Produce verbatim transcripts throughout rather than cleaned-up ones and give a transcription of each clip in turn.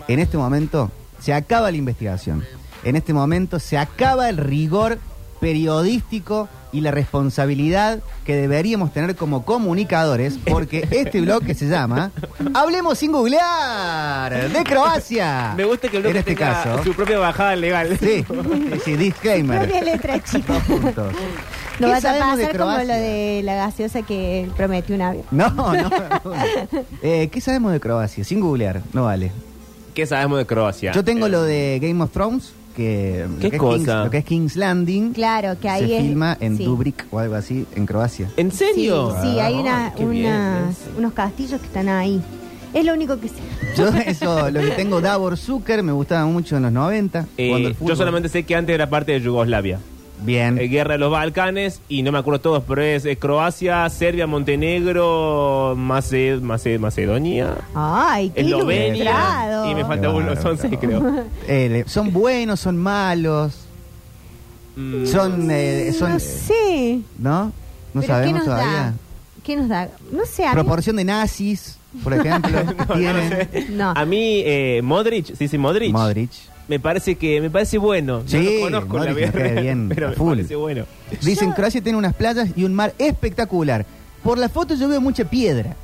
En este momento se acaba la investigación. En este momento se acaba el rigor periodístico y la responsabilidad que deberíamos tener como comunicadores, porque este bloque se llama Hablemos sin googlear, de Croacia. Me gusta que el bloque en este tenga caso su propia bajada legal. Sí, sí, disclaimer. Propia letra chica. Dos puntos. No ¿Qué va a sabemos de pasar como Croacia? lo de la gaseosa que prometió un avión. No, no. no. Eh, ¿Qué sabemos de Croacia? Sin googlear, no vale. ¿Qué sabemos de Croacia? Yo tengo Eh, lo de Game of Thrones, que, ¿Qué lo que cosa? Es King's, lo que es King's Landing. Claro, que ahí se es- filma en sí. Dubrik o algo así, en Croacia. ¿En serio? Sí, sí, hay Ay, una, qué bien, unas- ¿eh? unos castillos que están ahí. Es lo único que sé. Yo eso, lo que tengo Davor Zucker, me gustaba mucho en los noventa. Eh, cuando el fútbol- yo solamente sé que antes era parte de Yugoslavia. Bien. Eh, guerra de los Balcanes, y no me acuerdo todos, pero es eh, Croacia, Serbia, Montenegro, Mace- Mace- Macedonia, Ay, qué Eslovenia, ilustrado. y me falta Qué uno, bárbaro. son seis creo. Eh, le- son buenos, son malos, Mm, son... eh, son No sé. ¿No? No ¿Pero sabemos qué nos todavía. da? ¿Qué nos da? No sé, a mí- Proporción de nazis, por ejemplo, tienen... No. A mí, eh, Modric, sí, sí, Modric, Modric. me parece que me parece bueno. Sí, no lo conozco, la Modric me verdad, cae bien, pero a me full. parece bueno. Dicen Croacia tiene unas playas y un mar espectacular. Por la foto yo veo mucha piedra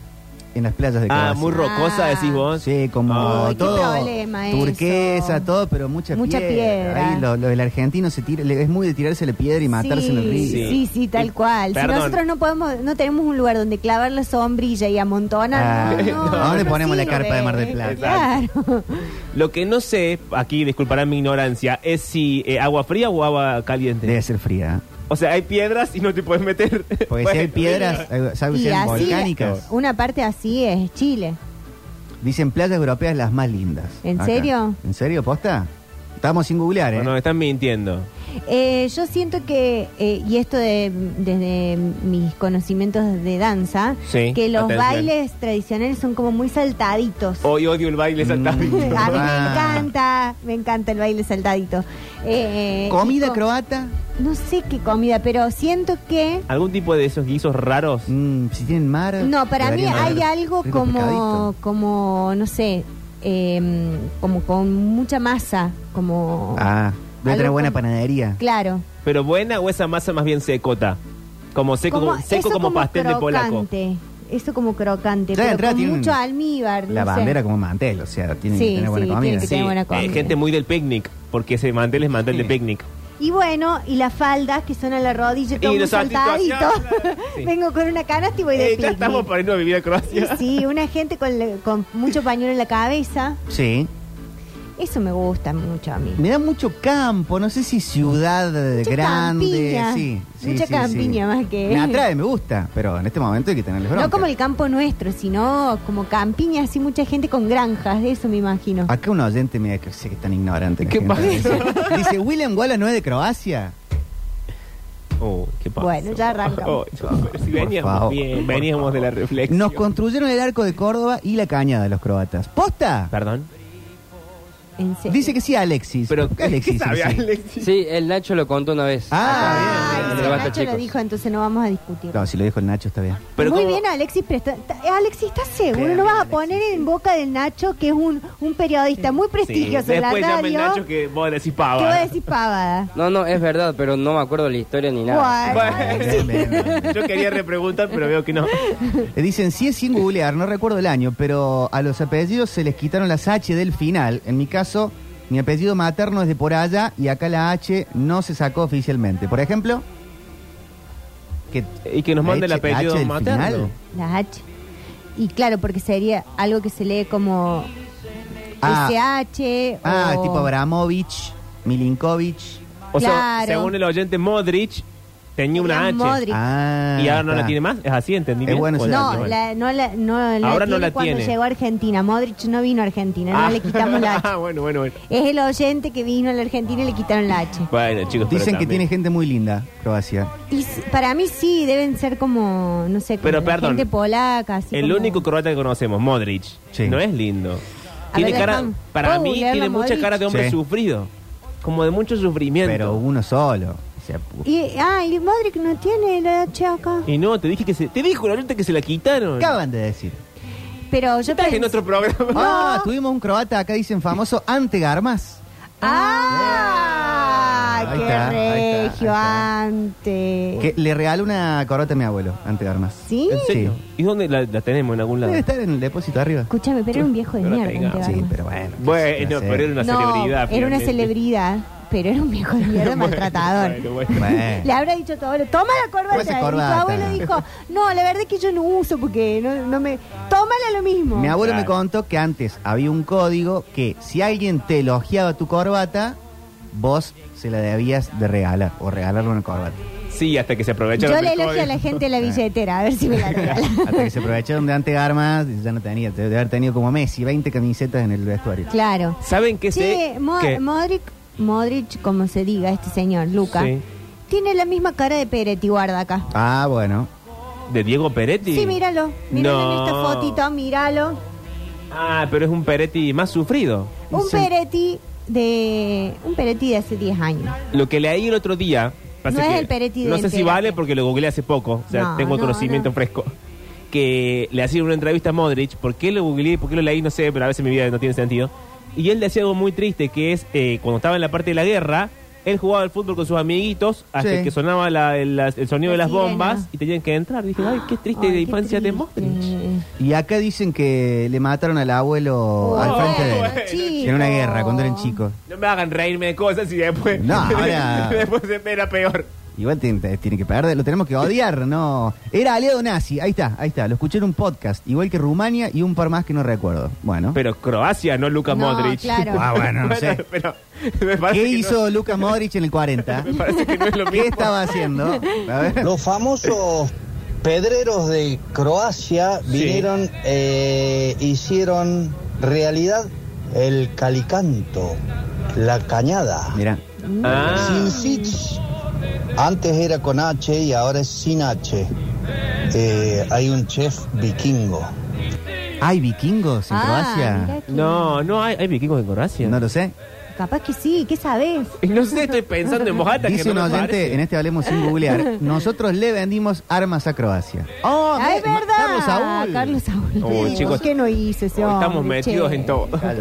en las playas de Croacia. Ah, muy rocosa, Ah. decís vos. Sí, como Ay, qué todo problema turquesa, eso. todo, pero mucha, Mucha piedra. Ahí lo, lo del argentino se tira, le- es muy de tirarse la piedra y matarse sí, en el río. Sí, Sí. sí, tal Y- cual. perdón. Si nosotros no podemos, no tenemos un lugar donde clavar la sombrilla y amontonar, Ah, no, no, ¿a dónde no ponemos la sirve. carpa de Mar del Plata? Claro. Lo que no sé, aquí disculparán mi ignorancia, es si eh, agua fría o agua caliente. Debe ser fría. O sea, hay piedras y no te puedes meter. Porque Bueno, si hay piedras, eh, ¿sabes? Y Si así, volcánicas. una parte así es Chile. Dicen playas europeas las más lindas. ¿En acá. serio? ¿En serio, posta? Estamos sin googlear, ¿eh? No, no, están mintiendo. Eh, yo siento que, eh, y esto de, desde mis conocimientos de danza, Sí, que los atención. bailes tradicionales son como muy saltaditos. Hoy odio el baile saltadito. A mí me Ah. encanta, me encanta el baile saltadito. Eh, ¿Comida y co- croata? No sé qué comida, pero siento que... ¿Algún tipo de esos guisos raros? Mm, si tienen mar. No, para mí deberían hay haber algo rico como, pescadito. como, no sé, eh, como con mucha masa, como... Ah, debe algo tener buena como- panadería. Claro. ¿Pero buena o esa masa más bien secota? Como seco como, seco eso como pastel de polaco. crocante, eso como crocante, Ya de pero entrada con tienen mucho almíbar. La no sé. bandera como mantel, o sea, tienen Sí, que tener buena sí, comida. tiene que Sí, tener buena eh, comida. gente muy del picnic, porque ese mantel es mantel de picnic. Y bueno, y las faldas que son a la rodilla, todo Y muy los saltitos saltadito. hacia- sí. Vengo con una canasta y voy de Eh, ya picnic. estamos para irnos a vivir a Y Croacia. sí, una gente con, le- con mucho pañuelo en la cabeza. Sí. Eso me gusta mucho a mí. Me da mucho campo, no sé si ciudad eh, Mucha grande. campiña. Sí, sí, Mucha sí, campiña sí. más que- Me atrae, me gusta, pero en este momento hay que tenerles bronca. No como el campo nuestro, sino como campiña, así mucha gente con granjas, de eso me imagino. Acá un oyente, mira, que sé que es tan ignorante. la ¿Qué gente. pasa? Dice, dice, ¿William Wallace no es de Croacia? Oh, ¿qué pasa? Bueno, ya arrancamos. Oh, pero si Por veníamos favor. bien, veníamos de la reflexión. Nos construyeron el arco de Córdoba y la cañada los croatas. ¿Posta? Perdón. En serio. Dice que sí, Alexis. Pero ¿Por qué Alexis? ¿qué sabe dice sí? Alexis? Sí, el Nacho lo contó una vez. Ah, Ay, bien, si bien, bien. el Basta, Nacho lo chicos. dijo, entonces no vamos a discutir. No, si lo dijo el Nacho está bien. Pero Muy como- bien, Alexis, pero está- está- Alexis, ¿estás seguro? No vas a poner en boca del Nacho, que es un, un periodista muy Sí, prestigioso en la después llama el radio, Nacho que vos decís que pava. va a decir pavada. No, no, es verdad, pero no me acuerdo la historia ni nada. Bueno, Bueno. Bien, bien, bien, bien. Yo quería repreguntar, pero veo que no. Le dicen, sí es sin googlear, no recuerdo el año, pero a los apellidos se les quitaron las H del final. En mi caso, mi apellido materno es de por allá y acá la H no se sacó oficialmente. Por ejemplo, que Y que nos la mande el H- apellido H del materno. final. la H. Y claro, porque sería algo que se lee como Ah. S H Ah, o... tipo Abramovich, Milinkovic. O sea, Claro. según el oyente Modric, tenía una Sería H. Modric. Ah, Y ahora no está. la tiene más. ¿Es así? ¿Entendí Es bien? bueno ¿O ese es No, dato. mal? la, no la, no la Ahora no tiene la cuando tiene. llegó a Argentina. Modric no vino a Argentina, no Ah. le quitamos la H. Ah, bueno, bueno, bueno. Es el oyente que vino a la Argentina y le quitaron la H. Bueno, chicos, pero Dicen que también- tiene gente muy linda, Croacia. Y s- para mí sí, deben ser como, no sé, como Pero la perdón, gente polaca. Así El como- único croata que conocemos, Modric, Sí. no es lindo. A Tiene ver, cara, déjame- para ¿puedo mí googlearlo, tiene mucha Modric? cara de hombre Sí. sufrido. Como de mucho sufrimiento. Pero uno solo. O sea, Y, ah, y Modric no tiene la H acá. Y no, te dije que se... Te dijo la nota que se la quitaron. acaban de decir. Pero yo Estás pens- en otro programa. Ah, tuvimos un croata acá, dicen famoso, Ante Garmas. ¡Ah! Ahí ¡Qué está, ahí está, ahí regio está. antes! Que le regaló una corbata a mi abuelo, Ante Garmas. ¿Sí? ¿En serio? ¿Y dónde la, la tenemos? ¿En algún lado? Debe estar en el depósito arriba. Escúchame, pero era un viejo de No la mierda. tenga. Ante Sí, Garmas. pero bueno. Bueno, pero era una No, celebridad. era una finalmente. celebridad, pero era un viejo de mierda maltratador. Bueno, bueno. Bueno. Le habrá dicho a tu abuelo, toma la Toma corbata. esa Y corbata. tu abuelo dijo, no, la verdad es que yo no uso porque no, no me... Tómala lo mismo. Mi abuelo Claro. me contó que antes había un código que si alguien te elogiaba tu corbata, vos se la debías de regalar o regalarle una corbata. Sí, hasta que se aprovecharon Yo le del elogio a COVID. la gente de la billetera, a ver si me la regala. Hasta que se aprovecharon de Ante Garmas, ya no tenía, debe haber tenido como Messi, veinte camisetas en el vestuario. Claro. ¿Saben qué Sí, sé? Mo- ¿Qué? Modric, Modric, como se diga este señor, Luca, Sí. tiene la misma cara de Peretti, guarda acá. Ah, bueno. ¿De Diego Peretti? Sí, míralo, míralo No. en esta fotito, míralo. Ah, pero es un Peretti más sufrido. Un Sí. Peretti de un Peretti de hace diez años. Lo que leí el otro día... pasa No es que el Peretti No del sé si Terapia. vale porque lo googleé hace poco. O sea, No, tengo no, conocimiento no. fresco. Que le hacían una entrevista a Modric. ¿Por qué lo googleé? ¿Por qué lo leí? No sé, pero a veces mi vida no tiene sentido. Y él decía algo muy triste, que es eh, cuando estaba en la parte de la guerra, él jugaba al fútbol con sus amiguitos hasta Sí. que sonaba la- el, la- el sonido La de las sirena. bombas y tenían que entrar. Dije, ay, qué triste Ay, de qué infancia de triste. Modric. Y acá dicen que le mataron al abuelo al frente de él. bueno, chico. En una guerra, cuando eran chicos. No me hagan reírme de cosas y después... No, ahora- después se espera peor. Igual tiene, tiene que perder, lo tenemos que odiar, ¿no? Era aliado nazi, ahí está, ahí está, lo escuché en un podcast, igual que Rumania y un par más que no recuerdo. Bueno. Pero Croacia, no Luka No, Modric. claro. Ah, bueno, no sé. Pero me parece ¿Qué que hizo Luka Modric en el cuarenta? no, me parece que no es lo mismo. ¿Qué estaba haciendo? A ver. Los famosos pedreros de Croacia Sí. vinieron, eh, hicieron realidad el calicanto, la cañada. Mira, Ah. Sin sich, antes era con H y ahora es sin H. Eh, hay un chef vikingo. ¿hay vikingos en Ah, Croacia? mirá que- No, no hay, hay vikingos de Croacia. No lo sé. Capaz que sí, ¿qué sabes? Y no sé, estoy pensando en voz alta Dice que un no me oyente, parece. en este Hablemos sin googlear, nosotros le vendimos armas a Croacia. ¡Oh, Ah, es me- verdad. Carlos Saúl! Carlos Saúl. Oh, chicos. ¿Qué no hizo ese Hoy hombre? estamos metidos che? en todo. Claro.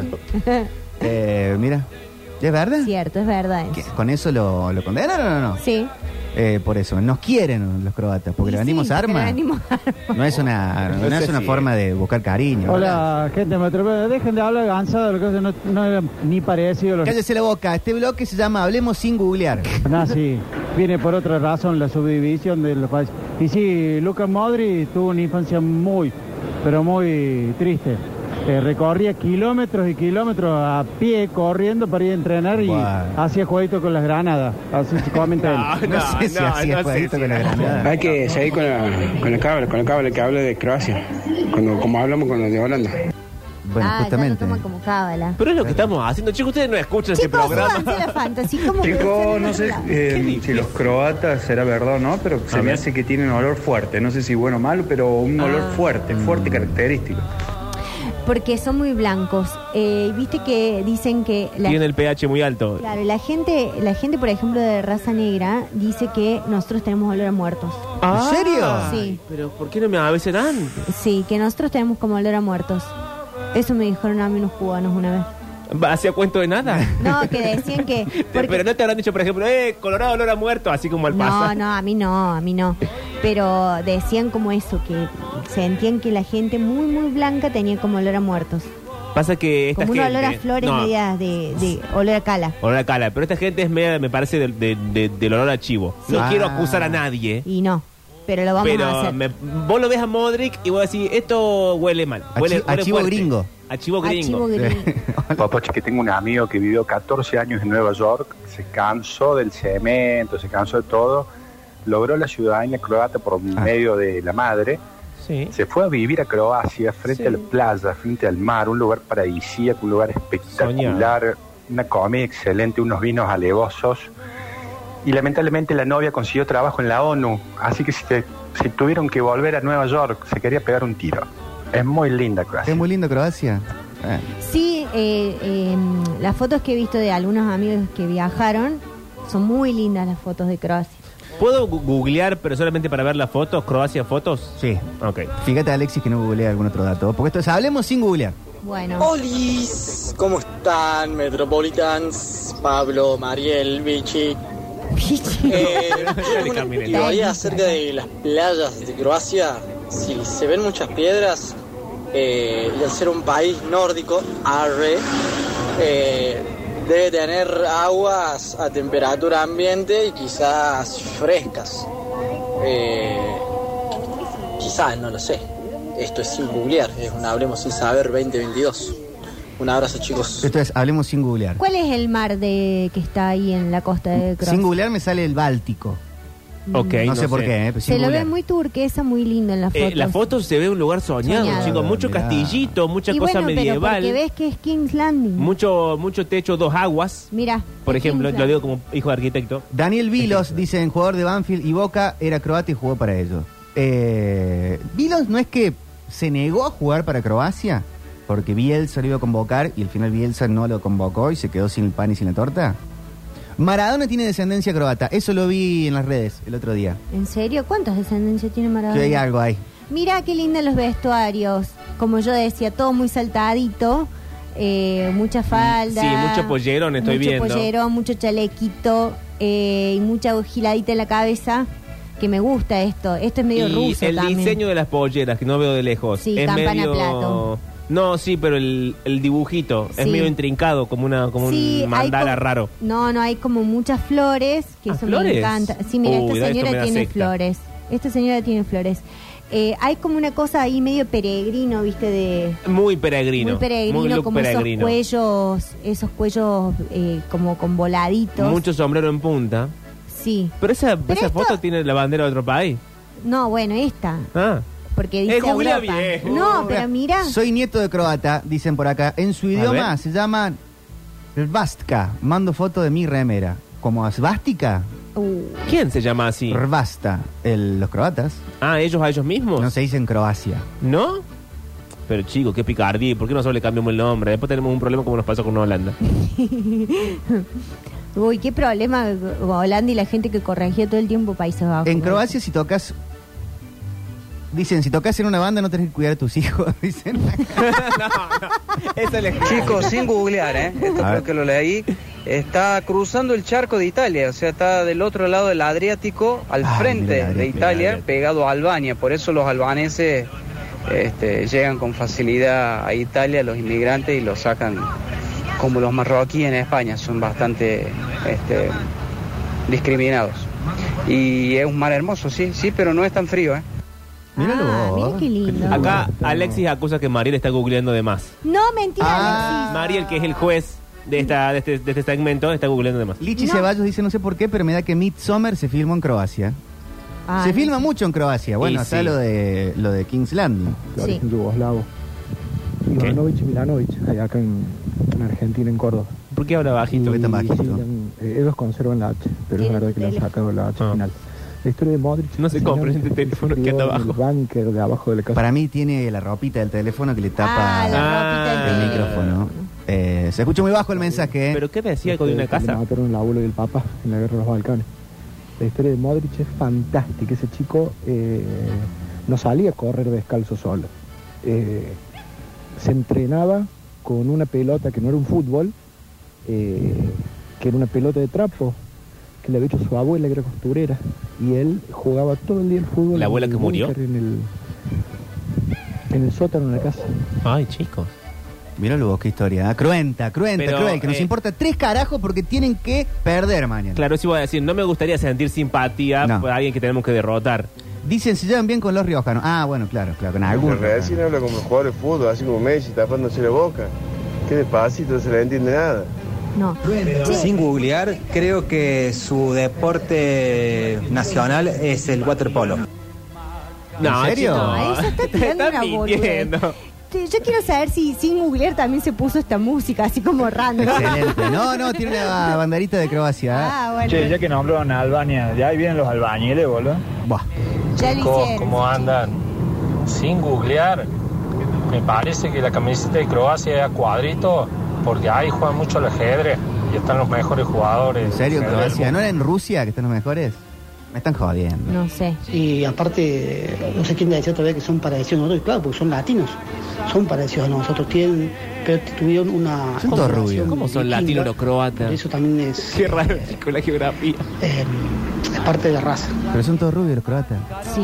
Eh, mira, ¿es verdad? Cierto, es verdad ¿Qué, eso. ¿Con eso lo, lo condenaron o no? Sí. Eh, por eso, nos quieren los croatas, porque Y le vendimos sí, porque armas. le vendimos armas. No es una, no No es sé una si- forma de buscar cariño. Hola, gente metropolitana. Dejen de hablar gansado, lo que no, no era ni parecido a lo que... Cállese la boca, este bloque se llama Hablemos sin googlear. No, sí, viene por otra razón la subdivisión de los países. Y sí, Luka Modric tuvo una infancia muy, pero muy triste. Eh, recorría kilómetros y kilómetros a pie, corriendo para ir a entrenar y Buah. hacía jueguito con las granadas. Así se comenta él. No, sé si hacía no sé jueguito si- con la granada. Hay que seguir con, la, con el cable, con el cable que habla de Croacia, cuando, como hablamos con los de Holanda. Bueno, ah, justamente. ya lo toman como cábala. Pero es lo que estamos haciendo. Chicos, ustedes no escuchan ese Chicos, programa. súbanse la fantasía. ¿Cómo que Chicos, se no sé eh, si los croatas será verdad o no, pero se A me ver. hace que tienen olor fuerte. No sé si bueno o malo, pero un olor Ah. fuerte, fuerte y característico. Porque son muy blancos. Eh, Viste que dicen que la, Tienen el pH muy alto. claro, la gente, la gente, por ejemplo, de raza negra, dice que nosotros tenemos olor a muertos. Ah, ¿En serio? Sí. Pero ¿por qué no me avisen antes? Sí, que nosotros tenemos como olor a muertos. Eso me dijeron a mí unos cubanos una vez. ¿Hacía cuento de nada? No, que decían que... porque- Pero no te habrán dicho, por ejemplo, eh, Colorado olor a muerto, así como al No, pasar. no, a mí no, a mí no. Pero decían como eso, que sentían que la gente muy, muy blanca tenía como olor a muertos. Pasa que esta Como un gente... olor a flores no, medias de, de olor a cala. olor a cala. Pero esta gente es media, me parece, del, de- de- del olor a chivo. No Ah. quiero acusar a nadie. Y no, pero lo vamos a Pero hacer. me- vos lo ves a Modric y vos decís, esto huele mal. A Huele, chi- a huele chivo fuerte. gringo. A chivo A gringo. chivo gringo. Papacho, que tengo un amigo que vivió catorce años en Nueva York, se cansó del cemento, se cansó de todo, logró la ciudadanía croata por Ah. medio de la madre, Sí. se fue a vivir a Croacia, frente Sí. a la playa, frente al mar, un lugar paradisíaco, un lugar espectacular, una comida excelente, unos vinos alevosos, y lamentablemente la novia consiguió trabajo en la ONU, así que si, te- si tuvieron que volver a Nueva York, se quería pegar un tiro. Es muy linda Croacia. Es muy lindo Croacia. Eh, Sí, eh, eh, las fotos que he visto de algunos amigos que viajaron son muy lindas las fotos de Croacia. ¿Puedo gu- googlear, pero solamente para ver las fotos? ¿Croacia fotos? Sí. Ok. Fíjate, Alexis, que no googlea algún otro dato. Porque esto es Hablemos sin googlear. Bueno. Olis, ¿cómo están, Metropolitans? Pablo, Mariel, Vichy. Eh, una teoría acerca de las playas de Croacia. Si se ven muchas piedras, eh, y al ser un país nórdico, arre, eh, debe tener aguas a temperatura ambiente y quizás frescas. Eh, quizás, no lo sé. Esto es sin googlear, es un Hablemos sin saber veinte veintidós. Un abrazo, chicos. Esto es Hablemos sin googlear. ¿Cuál es el mar de que está ahí en la costa de Croacia? Sin googlear me sale el Báltico. Ok, no, no sé por sé. qué, eh, pero sin Se lo ve googlear. muy turquesa, muy lindo en la foto. Eh, la foto se ve un lugar soñado, Soñado. chicos. Mucho Mirá. castillito, mucha y cosa bueno, pero medieval. porque ves que es King's Landing. Mucho, mucho techo, dos aguas. Mira. Por es ejemplo, King's lo digo Landing. como hijo de arquitecto. Daniel Vilos, dicen, jugador de Banfield y Boca, era croata y jugó para ellos. Eh, Vilos no es que se negó a jugar para Croacia, porque Bielsa lo iba a convocar y al final Bielsa no lo convocó y se quedó sin el pan y sin la torta. Maradona tiene descendencia croata, eso lo vi en las redes el otro día. ¿En serio? ¿Cuántas descendencias tiene Maradona? Que hay algo ahí. Mira qué lindos los vestuarios. Como yo decía, todo muy saltadito. Eh, mucha falda. Sí, mucho pollerón estoy mucho viendo. Mucho pollerón, mucho chalequito eh, y mucha giladita en la cabeza. Que me gusta esto. Esto es medio y ruso el también. diseño de las polleras, que no veo de lejos. Sí, es campana medio... plato. No, sí, pero el, el dibujito es Sí. medio intrincado, como una como Sí, un hay mandala como- raro. No, no, hay como muchas flores. Que ¿Ah, eso flores? me encanta. Sí, mira, Uy, esta esto señora me da tiene secta. flores. Esta señora tiene flores. Eh, hay como una cosa ahí medio peregrino, ¿viste? De... Muy peregrino. Muy peregrino, look como peregrino. esos cuellos, esos cuellos eh, como con voladitos. Mucho sombrero en punta. Sí. Pero esa, Pero esa esto- foto tiene la bandera de otro país. No, bueno, esta. Ah. Porque dice Eh, googlea Europa. bien. No, pero mira. Soy nieto de croata, dicen por acá. En su idioma ver. se llama Rvastka. Mando foto de mi remera. ¿Como asvástica? Uh, ¿Quién se llama así? Rvasta. El- los croatas. Ah, ellos a ellos mismos. No se dice en Croacia. ¿No? Pero chico, qué picardía. ¿Por qué no solo le cambiamos el nombre? Después tenemos un problema como nos pasó con Holanda. Uy, qué problema Holanda y la gente que corregía todo el tiempo Países Bajos. En Croacia, si tocas. Dicen, si tocas en una banda no tenés que cuidar a tus hijos. Dicen. Eso les... Chicos, sin googlear, ¿eh? Esto A ver. creo que lo leí. Está cruzando el charco de Italia, o sea, está del otro lado del Adriático, al Ay, frente mira el de Adriático, Italia, Adriático. pegado a Albania. Por eso los albaneses este, llegan con facilidad a Italia, los inmigrantes, y los sacan como los marroquíes en España, son bastante este, discriminados. Y es un mar hermoso, sí, sí, pero no es tan frío, ¿eh? Míralo Ah, vos. mira qué lindo. Acá Alexis acusa que Mariel está googleando de más. No, mentira, Ah. Alexis. Mariel, que es el juez de esta de este, de este segmento, está googleando de más. Lichi No. Ceballos dice, no sé por qué, pero me da que Midsommar se filmó en Croacia. Ah, se no filma sé. mucho en Croacia. Bueno, Y está sí. lo de lo de King's Landing. Sí. yugoslavo. ¿Qué? Ivanovic y Milanovic, allá acá en, en Argentina, en Córdoba. ¿Por qué habla bajito? que tan bajito. siguen, eh, ellos conservan la H, pero es Tiene verdad que le han tele. sacado la H Ah. final. La historia de Modric. No se señor, compre este se teléfono que escribió anda en el abajo. búnker de abajo de la casa. Para mí tiene la ropita del teléfono que le tapa Ah, la Ah, ropita el del micrófono. Eh, se escucha muy bajo el mensaje. ¿eh? ¿Pero qué decía Este, con una que casa? le mataron el abuelo y el papá en la guerra de los Balcanes. La historia de Modric es fantástica. Ese chico eh, no salía a correr descalzo solo. Eh, se entrenaba con una pelota que no era un fútbol, eh, que era una pelota de trapo, que le había hecho su abuela, que era costurera. Y él jugaba todo el día el fútbol. ¿La abuela en el que murió? búnker, En el, en el sótano de la casa. Ay, chicos. Míralo vos, qué historia. ¿eh? Cruenta, cruenta, Pero, cruel. Que nos eh, importa tres carajos porque tienen que perder mañana. Claro, sí voy a decir, no me gustaría sentir simpatía No. por alguien que tenemos que derrotar. Dicen, se llevan bien con los riojanos. Ah, bueno, claro, claro, con algunos. Recién habla como jugador de fútbol, así como Messi, tapándose la boca. Qué despacito, no se le entiende nada. No. Sin googlear, creo que su deporte nacional es el waterpolo. No, ¿En serio? chico. No, eso está tirando Está una boludez. mintiendo. Te- Yo quiero saber si sin googlear también se puso esta música, así como random. Excelente. No, no, tiene una banderita de Croacia. ¿eh? Ah, bueno. Che, ya que nombraron a Albania, ya ahí vienen los albañiles, boludo. Buah. Ya lo Chicos, hicieron. ¿cómo andan? Sin googlear, me parece que la camiseta de Croacia es a cuadrito, porque ahí juegan mucho al ajedrez y están los mejores jugadores. ¿En serio, de ajedrez del Croacia? mundo. ¿No era en Rusia que están los mejores? Me están jodiendo. No sé. Y aparte, no sé quién decía otra vez que son parecidos a nosotros, claro, porque son latinos. Son parecidos a nosotros, tienen, pero tuvieron una... Son todos rubios. ¿Cómo son latinos los croatas? Eso también es... Qué raro, con la geografía. Eh, es parte de la raza. Pero son todos rubios los croatas. Sí.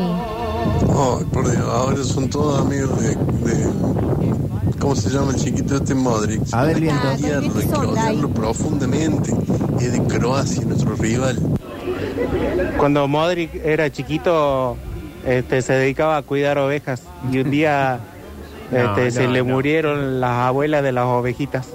Ay, por Dios, ahora son todos amigos de, de... ¿Cómo se llama el chiquito este Modric? A ver, bien. Hay que odiarlo, hay que odiarlo profundamente. Es de Croacia, nuestro rival. Cuando Modric era chiquito, este, se dedicaba a cuidar ovejas y un día este, No, se no, le no. murieron las abuelas de las ovejitas.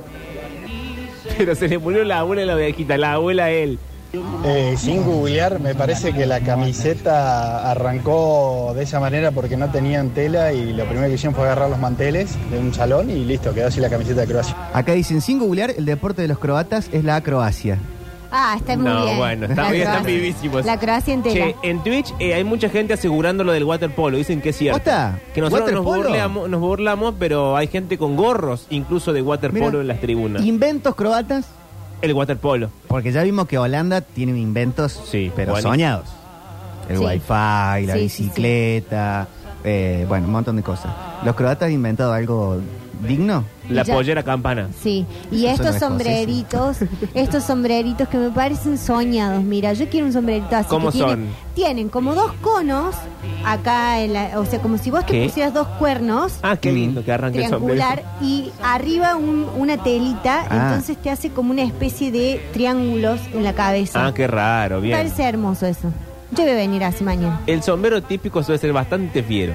Pero se le murió la abuela de la ovejita, la abuela a él. Eh, sin googlear, me parece que la camiseta arrancó de esa manera porque no tenían tela y lo primero que hicieron fue agarrar los manteles de un salón y listo, quedó así la camiseta de Croacia. Acá dicen, sin googlear, el deporte de los croatas es la Croacia. Ah, está muy No, bien. bueno, está- La hoy están Croacia. vivísimos. La Croacia entera. Che, en Twitch eh, hay mucha gente asegurando lo del waterpolo. Dicen que es cierto. ¿Posta? Que nosotros nos ¿Waterpolo? burlamos, nos burlamos, pero hay gente con gorros, incluso de waterpolo Mira, en las tribunas. ¿Inventos croatas? El waterpolo. Porque ya vimos que Holanda tiene inventos, Sí, pero buenísimo. soñados. El Sí. wifi, la Sí, sí, sí. bicicleta, eh, bueno, un montón de cosas. ¿Los croatas han inventado algo digno? La Ya- pollera campana. Sí, y Eso estos no es sombreritos, estos sombreritos que me parecen soñados. Mira, yo quiero un sombrerito así. ¿Cómo que tiene- son? Tienen como dos conos acá, en la, o sea, como si vos te ¿Qué? pusieras dos cuernos. Ah, qué lindo que arranque el sombrero. Triangular y arriba un- una telita, Ah. entonces te hace como una especie de triángulos en la cabeza. Ah, qué raro, Me bien. parece hermoso eso. Yo voy a venir así mañana. El sombrero típico suele ser bastante fiero.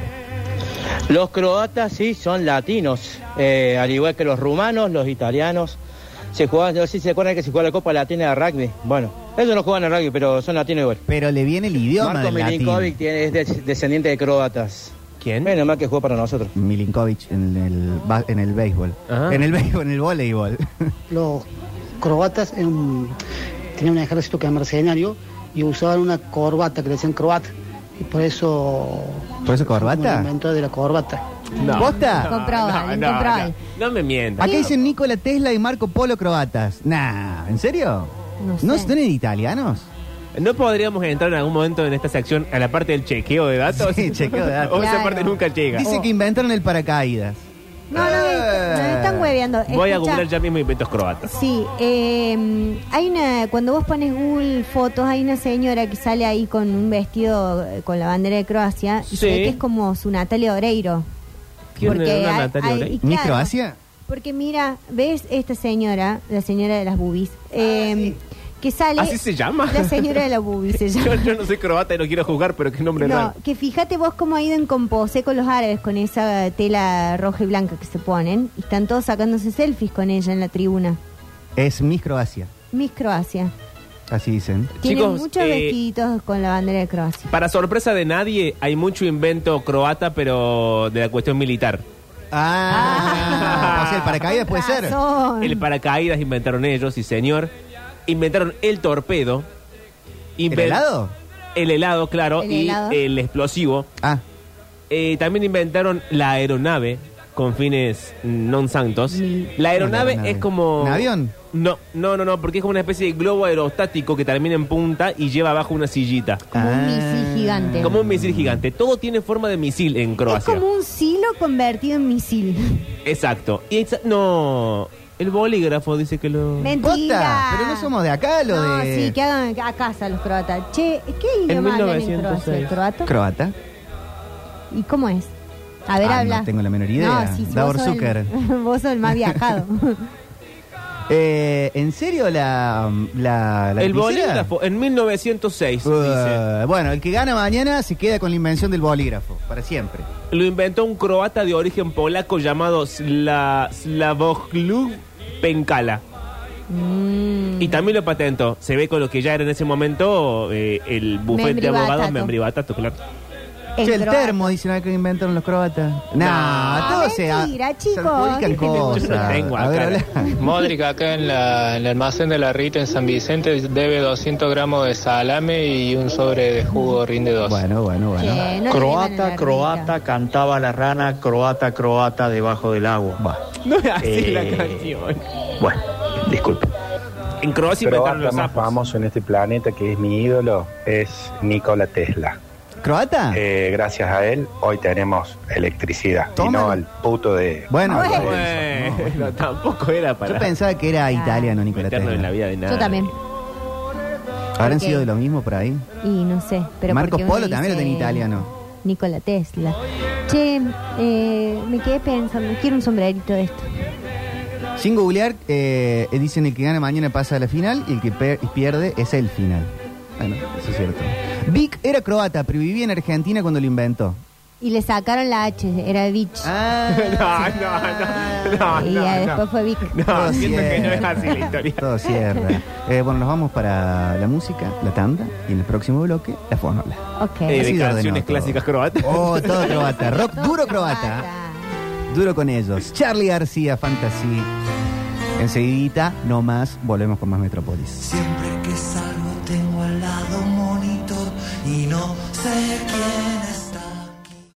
Los croatas sí son latinos, eh, al igual que los rumanos, los italianos. Se jugaba, no sé si se acuerdan que se juega la Copa Latina de Rugby. Bueno, ellos no juegan al rugby, pero son latinos igual. Pero le viene el idioma Marko del latín. Milinkovic tiene- es de- descendiente de croatas. ¿Quién? Menos mal que jugó para nosotros. Milinkovic en el, ba- en el béisbol. Ah. En el béisbol, en el voleibol. Los croatas eran un- tenían un ejército que era mercenario y usaban una corbata que le decían croata. Y por eso... ¿Por eso como el corbata? invento de la corbata. No. ¿Posta? Comprobable, no, comprobable. no, no me mientas. Acá dicen Nikola Tesla y Marco Polo croatas. Nah, ¿en serio? No sé. ¿No son italianos? ¿No podríamos entrar en algún momento en esta sección a la parte del chequeo de datos? Sí, chequeo de datos. O esa Claro. parte nunca llega. Dice que inventaron el paracaídas. No, no, Eh. nos están hueveando. Voy a Escucha. googlear ya mismo inventos croatas. Sí, eh, hay una, cuando vos pones Google Fotos, hay una señora que sale ahí con un vestido eh, con la bandera de Croacia y Sí. se ve que es como su Natalia Oreiro. ¿Quién Porque era una hay- Natalia hay- Oreiro? y ¿Ni claro, Croacia? Porque mira, ves esta señora, la señora de las boobies, eh, que sale... ¿Así se llama? La señora de las boobies se llama. Yo, yo no soy croata y no quiero jugar, pero qué nombre No, raro. que fíjate vos cómo ha ido en composé con los árabes, con esa tela roja y blanca que se ponen. Y están todos sacándose selfies con ella en la tribuna. Es Miss Croacia, Miss Croacia. así dicen. Tiene Chicos, muchos eh, vestiditos con la bandera de Croacia. Para sorpresa de nadie, hay mucho invento croata, pero de la cuestión militar. Ah, o sea, el paracaídas puede ser. Razón. El paracaídas inventaron ellos, sí señor. Inventaron el torpedo. ¿El Inven- helado? El helado, claro, El y helado. el explosivo. Ah, Eh, también inventaron la aeronave con fines non santos. La aeronave aeronave? es como... ¿Un avión? No, no, no, no, porque es como una especie de globo aerostático que termina en punta y lleva abajo una sillita. Como un misil gigante. Como un misil gigante. Todo tiene forma de misil en Es Croacia. como un silo convertido en misil. Exacto. Y exa- no, el bolígrafo dice que lo... Mentira. Posta, pero no somos de acá, lo No, de... sí, que hagan a casa los croatas. Che, ¿qué idioma hablan en Croacia? mil novecientos seis. ¿Croata? Croata. ¿Y cómo es? A ver, Ah, habla. no tengo la menor idea. No, sí, sí, Davor vos sos Zucker. el, vos sos el más viajado. Eh, ¿En serio la, la, la El lapicera? bolígrafo en mil novecientos seis, Uh, dice. bueno, el que gana mañana se queda con la invención del bolígrafo, para siempre. Lo inventó un croata de origen polaco llamado Sla, Slavojlub Penkala. Mm. Y también lo patentó. Se ve con lo que ya era en ese momento eh, el bufete de Membri abogados Batato. Membri Batato, claro. El Che, el croata. termo, dicen acá que inventaron los croatas. No, No, todo se ha- mentira, se chicos. adjudican cosas. Yo no tengo A ver, acá. habla. Modric acá en, la, en el almacén de la Rita en San Vicente debe doscientos gramos de salame y un sobre de jugo rinde dos. Bueno, bueno, bueno. Che, no le digan a Croata, la croata, cantaba la rana, croata, croata, debajo del agua. No es así Eh, la canción. Bueno, disculpe. En Croacia Pero inventaron los más sapos. famoso en este planeta, que es mi ídolo, es Nikola Tesla. ¿Croata? Eh, gracias a él, hoy tenemos electricidad. Toma. Y no al puto de... Bueno, de bueno. Edison. Bueno, tampoco era para Yo pensaba que era italiano, Nikola meternos Tesla. en la vida de nada. Yo también. ¿Habrán Porque- sido de lo mismo por ahí? Y no sé, pero Marco porque uno Polo también lo dice tenía italiano. Nikola Tesla. Che, eh, me quedé pensando, quiero un sombrerito de esto. Sin googlear, eh, dicen el que gana mañana pasa a la final y el que per- pierde es el final. Bueno, eso es cierto. Vic era croata, pero vivía en Argentina cuando lo inventó. Y le sacaron la H, era Beach. Ah, no, no, no, y no, ya no. después fue Vic. No, siento que no es así la historia. Todo cierra. Eh, bueno, nos vamos para la música, la tanda, y en el próximo bloque, la fórmula. Ok. Eh, Así de lo ordenó canciones todo. clásicas croatas. Oh, todo croata. Rock duro croata. Duro con ellos. Charlie García, Fantasy. Enseguidita, no más, volvemos con más Metrópolis. Siempre que salgo tengo al lado un monitor y no sé quién